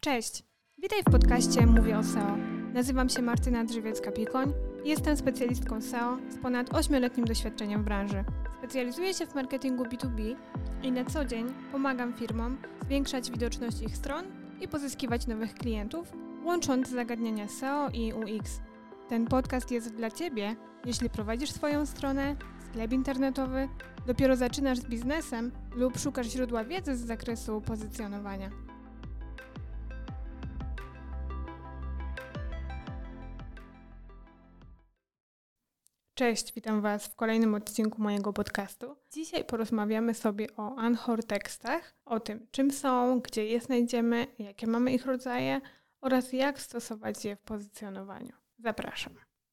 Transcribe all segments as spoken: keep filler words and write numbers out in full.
Cześć! Witaj w podcaście Mówię o S E O. Nazywam się Martyna Drzewiecka-Pikoń i jestem specjalistką S E O z ponad ośmioletnim doświadczeniem w branży. Specjalizuję się w marketingu B dwa B i na co dzień pomagam firmom zwiększać widoczność ich stron i pozyskiwać nowych klientów, łącząc zagadnienia S E O i U X. Ten podcast jest dla Ciebie, jeśli prowadzisz swoją stronę, sklep internetowy, dopiero zaczynasz z biznesem lub szukasz źródła wiedzy z zakresu pozycjonowania. Cześć, witam Was w kolejnym odcinku mojego podcastu. Dzisiaj porozmawiamy sobie o Anchor tekstach, o tym czym są, gdzie je znajdziemy, jakie mamy ich rodzaje oraz jak stosować je w pozycjonowaniu. Zapraszam.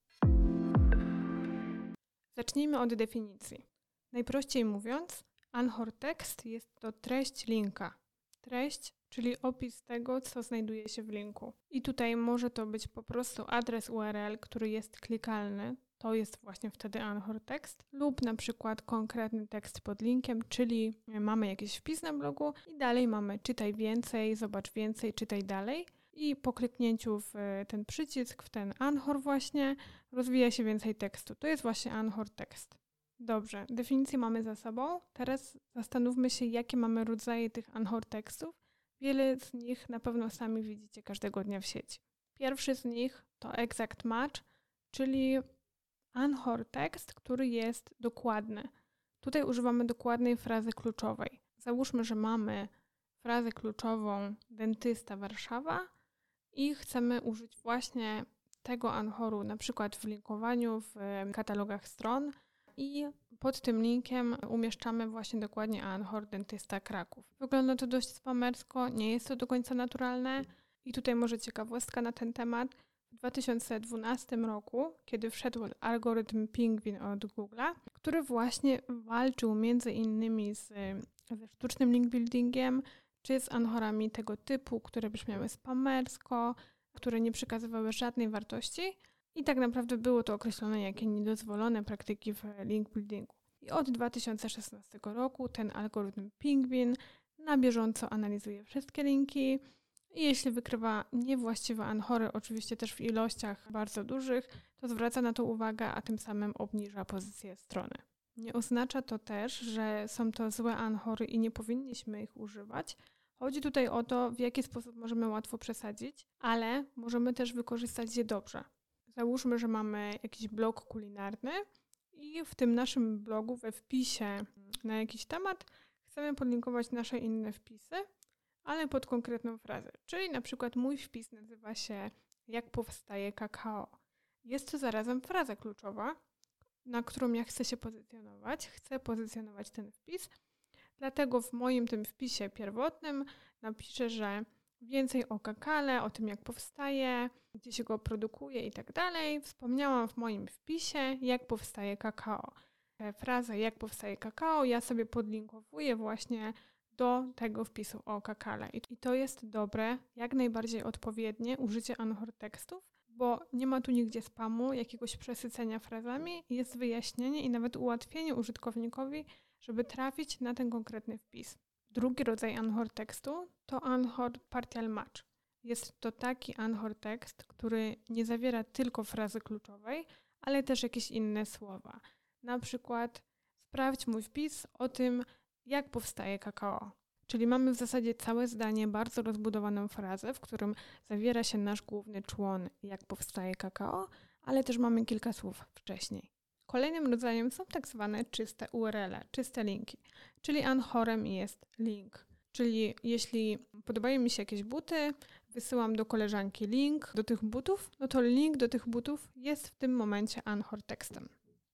Zacznijmy od definicji. Najprościej mówiąc, Anchor tekst jest to treść linka. Treść, czyli opis tego, co znajduje się w linku. I tutaj może to być po prostu adres U R L, który jest klikalny. To jest właśnie wtedy Anchor tekst lub na przykład konkretny tekst pod linkiem, czyli mamy jakiś wpis na blogu i dalej mamy czytaj więcej, zobacz więcej, czytaj dalej i po kliknięciu w ten przycisk, w ten Anchor właśnie rozwija się więcej tekstu. To jest właśnie Anchor tekst. Dobrze, definicję mamy za sobą. Teraz zastanówmy się, jakie mamy rodzaje tych Anchor tekstów. Wiele z nich na pewno sami widzicie każdego dnia w sieci. Pierwszy z nich to exact match, czyli Anchor tekst, który jest dokładny. Tutaj używamy dokładnej frazy kluczowej. Załóżmy, że mamy frazę kluczową dentysta Warszawa i chcemy użyć właśnie tego Anchoru, na przykład w linkowaniu, w katalogach stron i pod tym linkiem umieszczamy właśnie dokładnie Anchor dentysta Kraków. Wygląda to dość spamersko, nie jest to do końca naturalne i tutaj może ciekawostka na ten temat. W dwa tysiące dwunastym roku, kiedy wszedł algorytm Pingwin od Google'a, który właśnie walczył między innymi z, ze sztucznym link buildingiem, czy z Anchorami tego typu, które brzmiały spamersko, które nie przekazywały żadnej wartości i tak naprawdę było to określone jako niedozwolone praktyki w link buildingu. I od dwa tysiące szesnastego roku ten algorytm Pingwin na bieżąco analizuje wszystkie linki, i jeśli wykrywa niewłaściwe Anchory, oczywiście też w ilościach bardzo dużych, to zwraca na to uwagę, a tym samym obniża pozycję strony. Nie oznacza to też, że są to złe Anchory i nie powinniśmy ich używać. Chodzi tutaj o to, w jaki sposób możemy łatwo przesadzić, ale możemy też wykorzystać je dobrze. Załóżmy, że mamy jakiś blog kulinarny i w tym naszym blogu we wpisie na jakiś temat chcemy podlinkować nasze inne wpisy, ale pod konkretną frazę. Czyli na przykład mój wpis nazywa się jak powstaje kakao. Jest to zarazem fraza kluczowa, na którą ja chcę się pozycjonować. Chcę pozycjonować ten wpis, dlatego w moim tym wpisie pierwotnym napiszę, że więcej o kakale, o tym jak powstaje, gdzie się go produkuje i tak dalej. Wspomniałam w moim wpisie jak powstaje kakao. Tę frazę jak powstaje kakao ja sobie podlinkowuję właśnie do tego wpisu o kakale. I to jest dobre, jak najbardziej odpowiednie użycie Anchor tekstów, bo nie ma tu nigdzie spamu, jakiegoś przesycenia frazami, jest wyjaśnienie i nawet ułatwienie użytkownikowi, żeby trafić na ten konkretny wpis. Drugi rodzaj Anchor tekstu to Anchor partial match. Jest to taki Anchor tekst, który nie zawiera tylko frazy kluczowej, ale też jakieś inne słowa. Na przykład sprawdź mój wpis o tym, jak powstaje kakao. Czyli mamy w zasadzie całe zdanie, bardzo rozbudowaną frazę, w którym zawiera się nasz główny człon, jak powstaje kakao, ale też mamy kilka słów wcześniej. Kolejnym rodzajem są tak zwane czyste U R L e, czyste linki, czyli Anchorem jest link. Czyli jeśli podobają mi się jakieś buty, wysyłam do koleżanki link do tych butów, no to link do tych butów jest w tym momencie Anchor tekstem.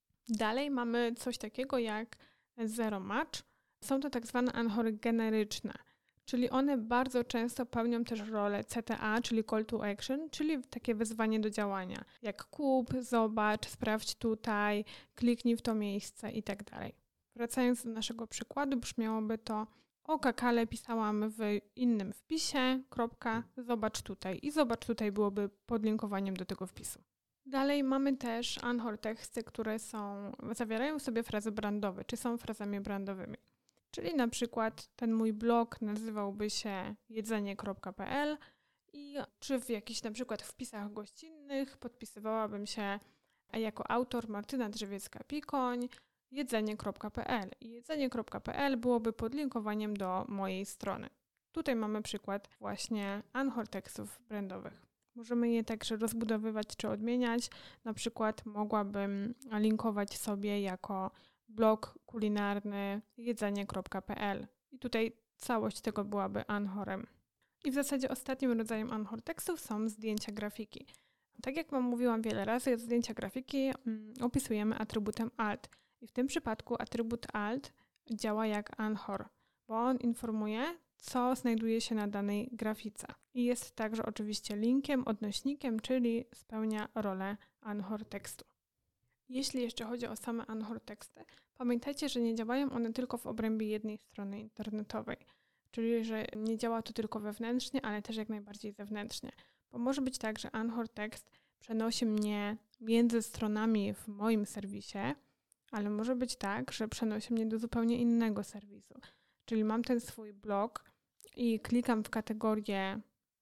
Dalej mamy coś takiego jak zero match. Są to tak zwane Anchory generyczne, czyli one bardzo często pełnią też rolę C T A, czyli call to action, czyli takie wezwanie do działania, jak kup, zobacz, sprawdź tutaj, kliknij w to miejsce i tak dalej. Wracając do naszego przykładu, brzmiałoby to o kakale pisałam w innym wpisie, kropka, zobacz tutaj i zobacz tutaj byłoby podlinkowaniem do tego wpisu. Dalej mamy też Anchor teksty, które są, zawierają w sobie frazy brandowe, czy są frazami brandowymi. Czyli na przykład ten mój blog nazywałby się jedzenie kropka p l I czy w jakichś na przykład wpisach gościnnych podpisywałabym się jako autor Martyna Drzewiecka-Pikoń, jedzenie kropka pe el. I jedzenie kropka pe el byłoby podlinkowaniem do mojej strony. Tutaj mamy przykład właśnie Anchor tekstów brandowych. Możemy je także rozbudowywać czy odmieniać. Na przykład mogłabym linkować sobie jako blog kulinarny jedzenie kropka pe el. I tutaj całość tego byłaby Anchorem. I w zasadzie ostatnim rodzajem Anchor tekstów są zdjęcia grafiki. Tak jak Wam mówiłam wiele razy, zdjęcia grafiki mm, opisujemy atrybutem alt. I w tym przypadku atrybut alt działa jak Anchor, bo on informuje, co znajduje się na danej grafice. I jest także oczywiście linkiem, odnośnikiem, czyli spełnia rolę Anchor tekstu. Jeśli jeszcze chodzi o same Anchor teksty, pamiętajcie, że nie działają one tylko w obrębie jednej strony internetowej. Czyli, że nie działa to tylko wewnętrznie, ale też jak najbardziej zewnętrznie. Bo może być tak, że Anchor tekst przenosi mnie między stronami w moim serwisie, ale może być tak, że przenosi mnie do zupełnie innego serwisu. Czyli mam ten swój blog i klikam w kategorię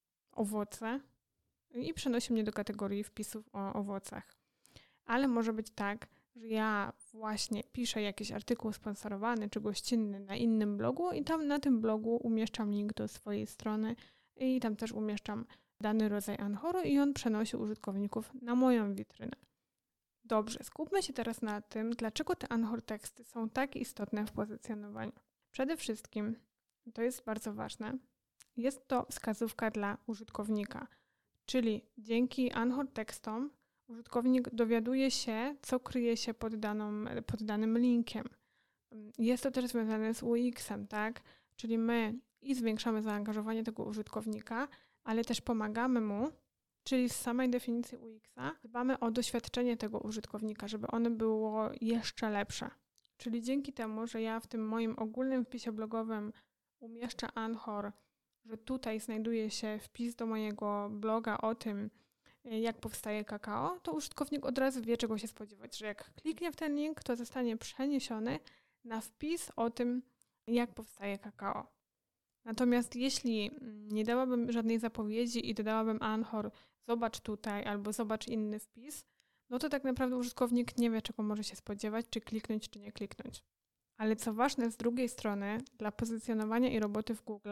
owoce i przenosi mnie do kategorii wpisów o owocach. Ale może być tak, że ja właśnie piszę jakiś artykuł sponsorowany czy gościnny na innym blogu i tam na tym blogu umieszczam link do swojej strony i tam też umieszczam dany rodzaj Anchoru i on przenosi użytkowników na moją witrynę. Dobrze, skupmy się teraz na tym, dlaczego te Anchor teksty są tak istotne w pozycjonowaniu. Przede wszystkim, to jest bardzo ważne, jest to wskazówka dla użytkownika, czyli dzięki Anchor tekstom użytkownik dowiaduje się, co kryje się pod, daną, pod danym linkiem. Jest to też związane z U X-em, tak? Czyli my i zwiększamy zaangażowanie tego użytkownika, ale też pomagamy mu, czyli z samej definicji U X-a dbamy o doświadczenie tego użytkownika, żeby ono było jeszcze lepsze. Czyli dzięki temu, że ja w tym moim ogólnym wpisie blogowym umieszczę Anchor, że tutaj znajduje się wpis do mojego bloga o tym, jak powstaje kakao, to użytkownik od razu wie, czego się spodziewać, że jak kliknie w ten link, to zostanie przeniesiony na wpis o tym, jak powstaje kakao. Natomiast jeśli nie dałabym żadnej zapowiedzi i dodałabym Anchor, zobacz tutaj albo zobacz inny wpis, no to tak naprawdę użytkownik nie wie, czego może się spodziewać, czy kliknąć, czy nie kliknąć. Ale co ważne, z drugiej strony, dla pozycjonowania i roboty w Google,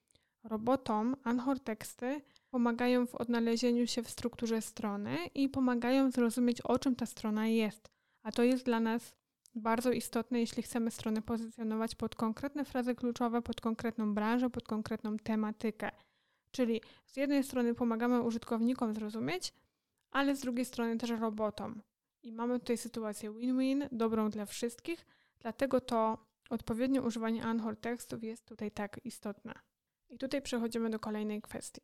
robotom Anchor teksty pomagają w odnalezieniu się w strukturze strony i pomagają zrozumieć, o czym ta strona jest. A to jest dla nas bardzo istotne, jeśli chcemy stronę pozycjonować pod konkretne frazy kluczowe, pod konkretną branżę, pod konkretną tematykę. Czyli z jednej strony pomagamy użytkownikom zrozumieć, ale z drugiej strony też robotom. I mamy tutaj sytuację win-win, dobrą dla wszystkich, dlatego to odpowiednie używanie Anchor tekstów jest tutaj tak istotne. I tutaj przechodzimy do kolejnej kwestii.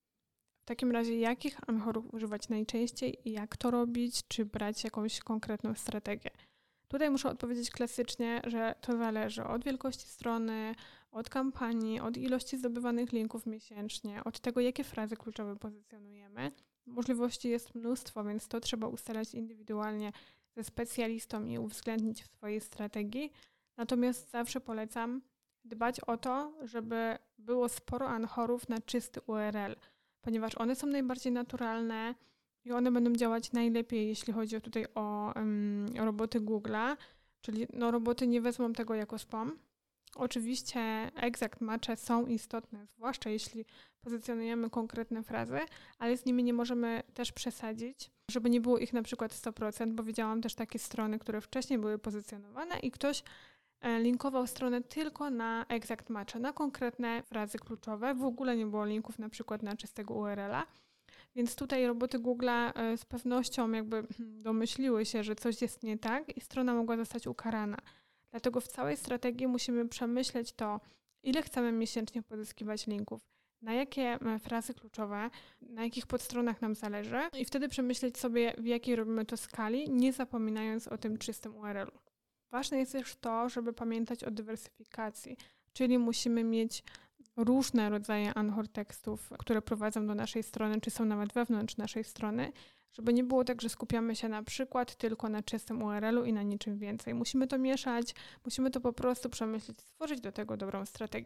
W takim razie, jakich Anchorów używać najczęściej i jak to robić, czy brać jakąś konkretną strategię? Tutaj muszę odpowiedzieć klasycznie, że to zależy od wielkości strony, od kampanii, od ilości zdobywanych linków miesięcznie, od tego, jakie frazy kluczowe pozycjonujemy. Możliwości jest mnóstwo, więc to trzeba ustalać indywidualnie ze specjalistą i uwzględnić w swojej strategii. Natomiast zawsze polecam dbać o to, żeby było sporo Anchorów na czysty U R L, ponieważ one są najbardziej naturalne i one będą działać najlepiej, jeśli chodzi o tutaj o um, roboty Google'a, czyli no, roboty nie wezmą tego jako spam. Oczywiście exact matche są istotne, zwłaszcza jeśli pozycjonujemy konkretne frazy, ale z nimi nie możemy też przesadzić, żeby nie było ich na przykład sto procent, bo widziałam też takie strony, które wcześniej były pozycjonowane i ktoś linkował stronę tylko na exact matche, na konkretne frazy kluczowe. W ogóle nie było linków na przykład na czystego U R L-a. Więc tutaj roboty Google'a z pewnością jakby domyśliły się, że coś jest nie tak i strona mogła zostać ukarana. Dlatego w całej strategii musimy przemyśleć to, ile chcemy miesięcznie pozyskiwać linków, na jakie frazy kluczowe, na jakich podstronach nam zależy i wtedy przemyśleć sobie, w jakiej robimy to skali, nie zapominając o tym czystym U R L-u. Ważne jest też to, żeby pamiętać o dywersyfikacji, czyli musimy mieć różne rodzaje Anchor tekstów, które prowadzą do naszej strony, czy są nawet wewnątrz naszej strony, żeby nie było tak, że skupiamy się na przykład tylko na czystym U R L-u i na niczym więcej. Musimy to mieszać, musimy to po prostu przemyśleć, stworzyć do tego dobrą strategię.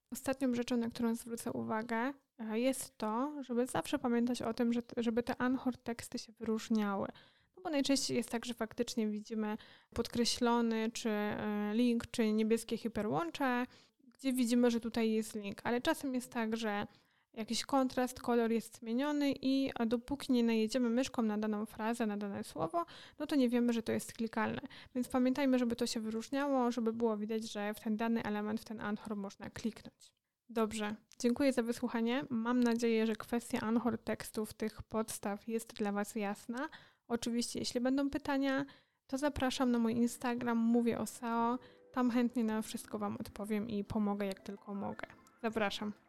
Ostatnią rzeczą, na którą zwrócę uwagę, jest to, żeby zawsze pamiętać o tym, że, żeby te Anchor teksty się wyróżniały. No bo najczęściej jest tak, że faktycznie widzimy podkreślony czy link, czy niebieskie hiperłącze, gdzie widzimy, że tutaj jest link. Ale czasem jest tak, że jakiś kontrast, kolor jest zmieniony i dopóki nie najedziemy myszką na daną frazę, na dane słowo, no to nie wiemy, że to jest klikalne. Więc pamiętajmy, żeby to się wyróżniało, żeby było widać, że w ten dany element, w ten Anchor można kliknąć. Dobrze, dziękuję za wysłuchanie. Mam nadzieję, że kwestia Anchor tekstów, tych podstaw jest dla Was jasna. Oczywiście, jeśli będą pytania, to zapraszam na mój Instagram, mówię o S E O. Tam chętnie na wszystko Wam odpowiem i pomogę jak tylko mogę. Zapraszam.